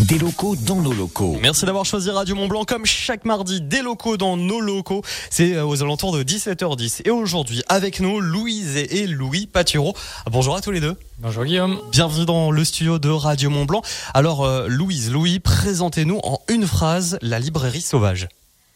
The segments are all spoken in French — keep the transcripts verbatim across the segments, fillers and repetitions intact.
Des locaux dans nos locaux. Merci d'avoir choisi Radio Mont-Blanc comme chaque mardi, des locaux dans nos locaux. C'est aux alentours de dix-sept heures dix. Et aujourd'hui, avec nous, Louise et Louis Patureau. Bonjour à tous les deux. Bonjour Guillaume. Bienvenue dans le studio de Radio Mont-Blanc. Alors, euh, Louise, Louis, présentez-nous en une phrase la librairie sauvage.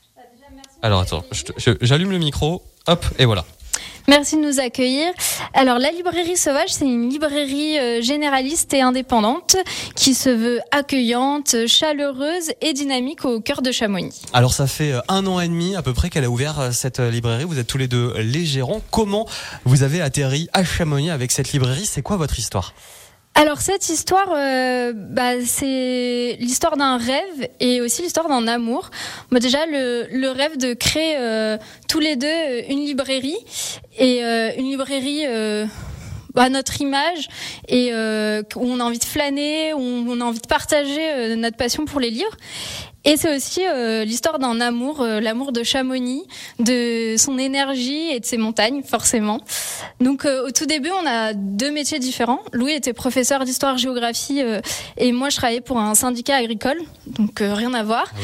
Alors attends, je, je, j'allume le micro. Hop, et voilà. Merci de nous accueillir. Alors, la librairie sauvage, c'est une librairie euh, généraliste et indépendante qui se veut accueillante, chaleureuse et dynamique au cœur de Chamonix. Alors, ça fait un an et demi à peu près qu'elle a ouvert cette librairie. Vous êtes tous les deux les gérants. Comment vous avez atterri à Chamonix avec cette librairie ? C'est quoi votre histoire ? Alors cette histoire, euh, bah, c'est l'histoire d'un rêve et aussi l'histoire d'un amour. Bah, déjà le, le rêve de créer euh, tous les deux une librairie et euh, une librairie euh, à notre image et euh, où on a envie de flâner, où on a envie de partager euh, notre passion pour les livres. Et c'est aussi euh, l'histoire d'un amour, euh, l'amour de Chamonix, de son énergie et de ses montagnes, forcément. Donc euh, au tout début, on a deux métiers différents. Louis était professeur d'histoire-géographie euh, et moi, je travaillais pour un syndicat agricole, donc euh, rien à voir. Oui.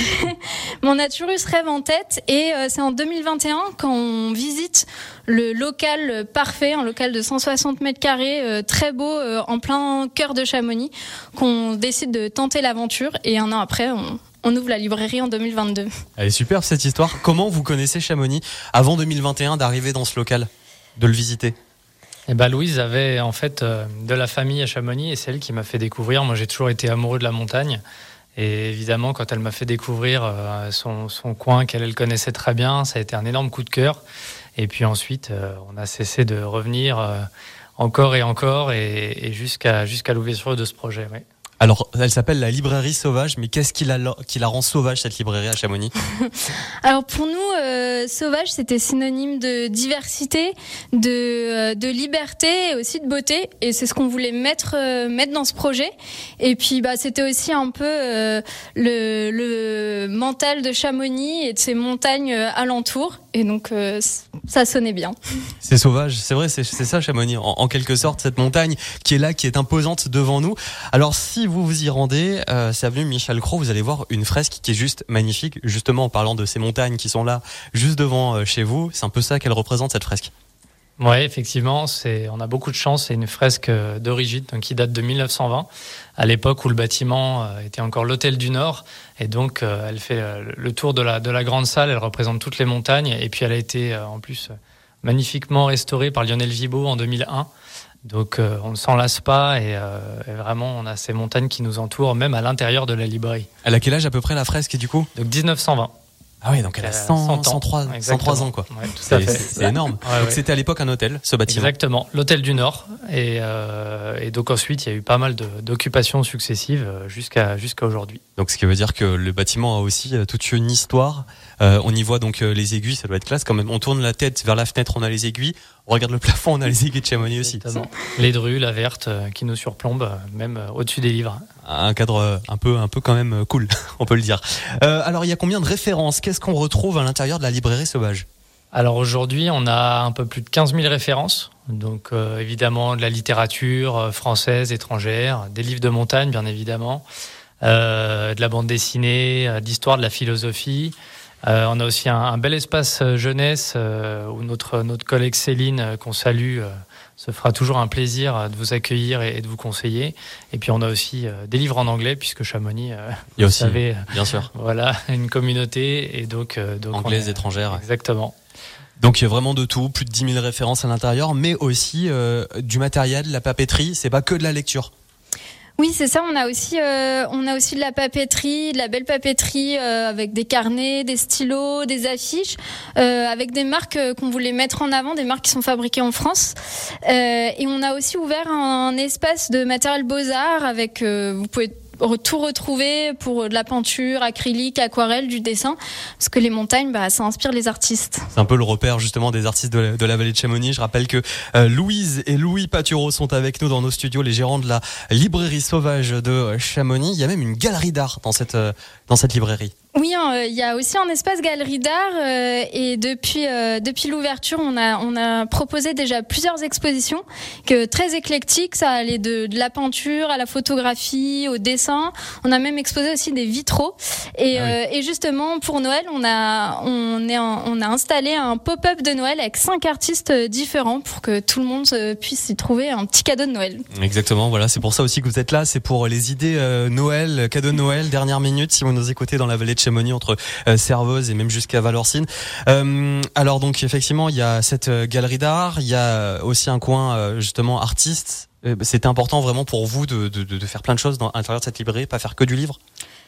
Mais on a toujours eu ce rêve en tête et euh, c'est en deux mille vingt et un, quand on visite le local parfait, un local de cent soixante mètres carrés, euh, très beau, euh, en plein cœur de Chamonix, qu'on décide de tenter l'aventure et un an après, on On ouvre la librairie en deux mille vingt-deux. Elle est superbe cette histoire. Comment vous connaissez Chamonix avant deux mille vingt et un d'arriver dans ce local, de le visiter ? Eh ben, Louise avait en fait euh, de la famille à Chamonix et c'est elle qui m'a fait découvrir. Moi, j'ai toujours été amoureux de la montagne. Et évidemment, quand elle m'a fait découvrir euh, son, son coin qu'elle elle connaissait très bien, ça a été un énorme coup de cœur. Et puis ensuite, euh, on a cessé de revenir euh, encore et encore et, et jusqu'à, jusqu'à l'ouverture de ce projet. Ouais. Alors, elle s'appelle la librairie sauvage, mais qu'est-ce qui la, qui la rend sauvage, cette librairie à Chamonix ? Alors pour nous, euh, sauvage, c'était synonyme de diversité, de, euh, de liberté et aussi de beauté. Et c'est ce qu'on voulait mettre, euh, mettre dans ce projet. Et puis, bah, c'était aussi un peu euh, le, le mental de Chamonix et de ses montagnes euh, alentours. Et donc, euh, ça sonnait bien. C'est sauvage, c'est vrai, c'est, c'est ça Chamonix, en, en quelque sorte, cette montagne qui est là, qui est imposante devant nous. Alors, si vous vous y rendez, euh, c'est avenue Michel Cros, vous allez voir une fresque qui est juste magnifique, justement en parlant de ces montagnes qui sont là, juste devant euh, chez vous. C'est un peu ça qu'elle représente, cette fresque. Oui, effectivement, c'est, on a beaucoup de chance. C'est une fresque d'origine donc, qui date de mille neuf cent vingt, à l'époque où le bâtiment était encore l'Hôtel du Nord. Et donc, elle fait le tour de la, de la grande salle. Elle représente toutes les montagnes. Et puis, elle a été en plus magnifiquement restaurée par Lionel Vibo en deux mille un. Donc, on ne s'en lasse pas. Et, et vraiment, on a ces montagnes qui nous entourent, même à l'intérieur de la librairie. Elle a quel âge à peu près, la fresque, du coup ? Donc, dix-neuf cent vingt. Ah oui, donc elle a cent, cent trois, cent trois ans, quoi. Ouais, tout c'est, à fait. C'est, c'est énorme. Ouais, donc ouais. C'était à l'époque un hôtel, ce bâtiment. Exactement, l'hôtel du Nord. Et, euh, et donc ensuite, il y a eu pas mal de, d'occupations successives jusqu'à, jusqu'à aujourd'hui. Donc ce qui veut dire que le bâtiment a aussi toute une histoire. Euh, on y voit donc les aiguilles, ça doit être classe quand même. On tourne la tête vers la fenêtre, on a les aiguilles. On regarde le plafond, on a les aiguilles de Chamonix aussi. Exactement. Les drues, la verte, qui nous surplombe, même au-dessus des livres. Un cadre un peu, un peu quand même cool, on peut le dire. Euh, alors il y a combien de références ? Qu'est-ce qu'on retrouve à l'intérieur de la librairie sauvage ? Alors aujourd'hui, on a un peu plus de quinze mille références. Donc euh, évidemment de la littérature euh, française, étrangère, des livres de montagne bien évidemment, euh, de la bande dessinée, euh, d'histoire, de la philosophie. Euh, on a aussi un, un bel espace jeunesse euh, où notre, notre collègue Céline, euh, qu'on salue, euh, se fera toujours un plaisir de vous accueillir et, et de vous conseiller. Et puis on a aussi euh, des livres en anglais, puisque Chamonix, euh, Il y a vous aussi, savez, bien sûr. Voilà, une communauté et donc, euh, donc anglaise, est, étrangère. Exactement. Donc il y a vraiment de tout, plus de dix mille références à l'intérieur, mais aussi euh, du matériel, la papeterie. C'est pas que de la lecture. Oui, c'est ça. On a aussi, euh, on a aussi de la papeterie, de la belle papeterie euh, avec des carnets, des stylos, des affiches, euh, avec des marques euh, qu'on voulait mettre en avant, des marques qui sont fabriquées en France. Euh, et on a aussi ouvert un, un espace de matériel beaux-arts avec, euh, vous pouvez tout retrouver pour de la peinture, acrylique, aquarelle, du dessin, parce que les montagnes, bah, ça inspire les artistes. C'est un peu le repère justement des artistes de la, de la vallée de Chamonix. Je rappelle que euh, Louise et Louis Patureau sont avec nous dans nos studios, les gérants de la librairie sauvage de Chamonix. Il y a même une galerie d'art dans cette, euh, dans cette librairie. Oui, hein, il y a aussi un espace galerie d'art euh, et depuis euh, depuis l'ouverture, on a on a proposé déjà plusieurs expositions que très éclectiques, ça allait de, de la peinture à la photographie, au dessin. On a même exposé aussi des vitraux et ah oui. euh, et justement pour Noël, on a on est en, on a installé un pop-up de Noël avec cinq artistes différents pour que tout le monde puisse y trouver un petit cadeau de Noël. Exactement, voilà, c'est pour ça aussi que vous êtes là, c'est pour les idées euh, Noël, cadeaux de Noël, dernière minute si vous nous écoutez dans la vallée de Chamonix entre euh, Servoz et même jusqu'à Valorcine. Euh, alors donc effectivement il y a cette euh, galerie d'art, il y a aussi un coin euh, justement artiste. Euh, c'était important vraiment pour vous de, de, de faire plein de choses dans, à l'intérieur de cette librairie, pas faire que du livre.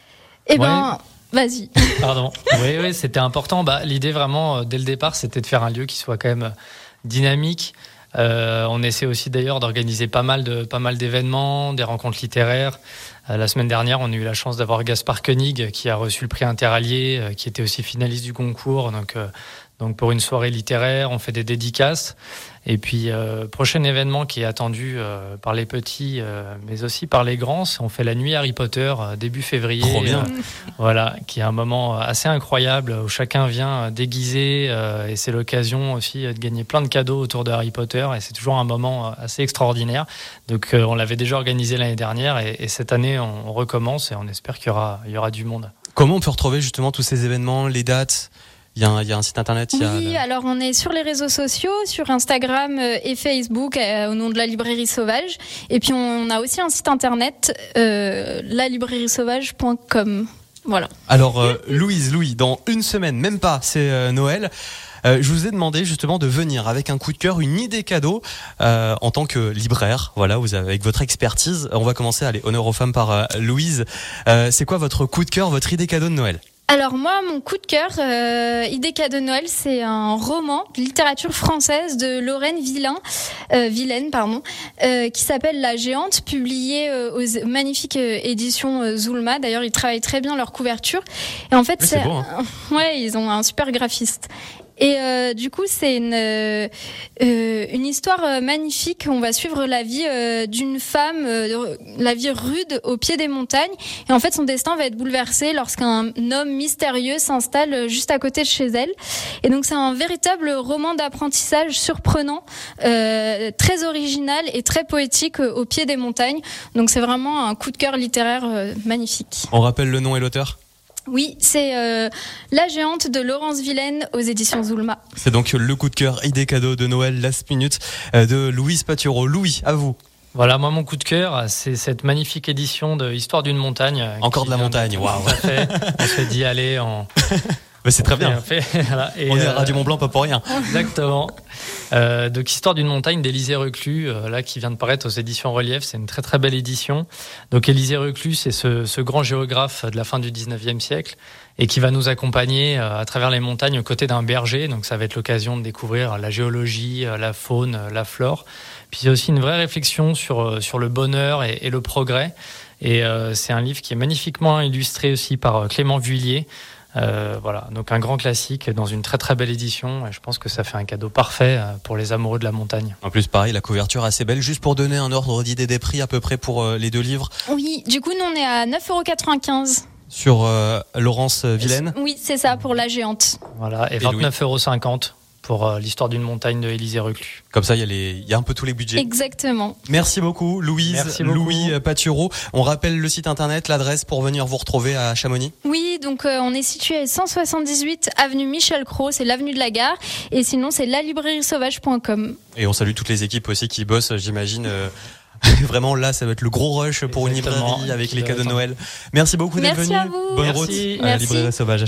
Eh ben, ouais. Vas-y. Pardon. Oui, oui, c'était important. Bah, l'idée vraiment euh, dès le départ, c'était de faire un lieu qui soit quand même dynamique. Euh, on essaie aussi d'ailleurs d'organiser pas mal de pas mal d'événements, des rencontres littéraires. Euh, la semaine dernière, on a eu la chance d'avoir Gaspard Koenig qui a reçu le prix Interallié, euh, qui était aussi finaliste du concours. Donc, euh, donc pour une soirée littéraire, on fait des dédicaces. Et puis euh, prochain événement qui est attendu euh, par les petits, euh, mais aussi par les grands, on fait la nuit Harry Potter euh, début février. Trop bien. Euh, voilà, qui est un moment assez incroyable où chacun vient déguisé euh, et c'est l'occasion aussi de gagner plein de cadeaux autour de Harry Potter et c'est toujours un moment assez extraordinaire. Donc euh, on l'avait déjà organisé l'année dernière et, et cette année on, on recommence et on espère qu'il y aura, il y aura du monde. Comment on peut retrouver justement tous ces événements, les dates ? Il y, a un, il y a un site internet. Il y a oui, le... alors on est sur les réseaux sociaux, sur Instagram et Facebook euh, au nom de la librairie sauvage. Et puis on a aussi un site internet, euh, la librairie sauvage point com. Voilà. Alors euh, Louise, Louis, dans une semaine, même pas, c'est euh, Noël. Euh, je vous ai demandé justement de venir avec un coup de cœur, une idée cadeau euh, en tant que libraire. Voilà, vous avez, avec votre expertise. On va commencer, allez, honneur aux femmes par euh, Louise. Euh, c'est quoi votre coup de cœur, votre idée cadeau de Noël ? Alors moi, mon coup de cœur, euh, idée cadeau de Noël, c'est un roman de littérature française de Lorraine Villain, euh, Vilaine, pardon, euh, qui s'appelle La Géante, publié euh, aux magnifiques euh, éditions euh, Zulma. D'ailleurs, ils travaillent très bien leur couverture. Et en fait, oui, c'est, c'est beau, hein. Ouais, ils ont un super graphiste. Et euh, du coup, c'est une euh, une histoire magnifique. On va suivre la vie euh, d'une femme, euh, la vie rude au pied des montagnes. Et en fait, son destin va être bouleversé lorsqu'un homme mystérieux s'installe juste à côté de chez elle. Et donc, c'est un véritable roman d'apprentissage surprenant, euh, très original et très poétique euh, au pied des montagnes. Donc, c'est vraiment un coup de cœur littéraire euh, magnifique. On rappelle le nom et l'auteur ? Oui, c'est euh, La Géante de Laurence Vilaine aux éditions Zulma. C'est donc le coup de cœur, idée cadeau de Noël, last minute euh, de Louise Patureau. Louis, à vous. Voilà, moi mon coup de cœur, c'est cette magnifique édition de Histoire d'une montagne. Encore de la montagne, waouh. On s'est dit allez, on... Mais c'est très bien. Fait, voilà. Et on est à euh, Radio Mont Blanc, pas pour rien. Exactement. Euh, donc Histoire d'une montagne d'Élisée Reclus, euh, là qui vient de paraître aux éditions Relief, c'est une très très belle édition. Donc Élisée Reclus, c'est ce, ce grand géographe de la fin du dix-neuvième siècle et qui va nous accompagner euh, à travers les montagnes aux côtés d'un berger. Donc ça va être l'occasion de découvrir la géologie, euh, la faune, euh, la flore. Puis il y a aussi une vraie réflexion sur euh, sur le bonheur et, et le progrès. Et euh, c'est un livre qui est magnifiquement illustré aussi par euh, Clément Vuillier. Euh, voilà, donc un grand classique dans une très très belle édition et je pense que ça fait un cadeau parfait pour les amoureux de la montagne. En plus pareil, la couverture assez belle. Juste pour donner un ordre d'idée des prix à peu près pour euh, les deux livres. Oui, du coup nous on est à neuf euros quatre-vingt-quinze. Sur euh, Laurence Vilaine. Oui, c'est ça, pour La Géante. Voilà, et, et vingt-neuf euros cinquante pour euh, l'Histoire d'une montagne de Élisée Reclus. Comme ça, il y a les, il y a un peu tous les budgets. Exactement. Merci beaucoup, Louise, Merci beaucoup. Louis Patureau. On rappelle le site internet, l'adresse pour venir vous retrouver à Chamonix. Oui, donc euh, on est situé à cent soixante-dix-huit avenue Michel Cros, c'est l'avenue de la Gare. Et sinon, c'est la librairie sauvage point com. Et on salue toutes les équipes aussi qui bossent, j'imagine. Euh... Vraiment là, ça va être le gros rush pour Exactement. Une librairie avec les cadeaux de Noël. Merci beaucoup d'être venu. Merci à vous. Bonne Merci. route Merci. à la librairie sauvage.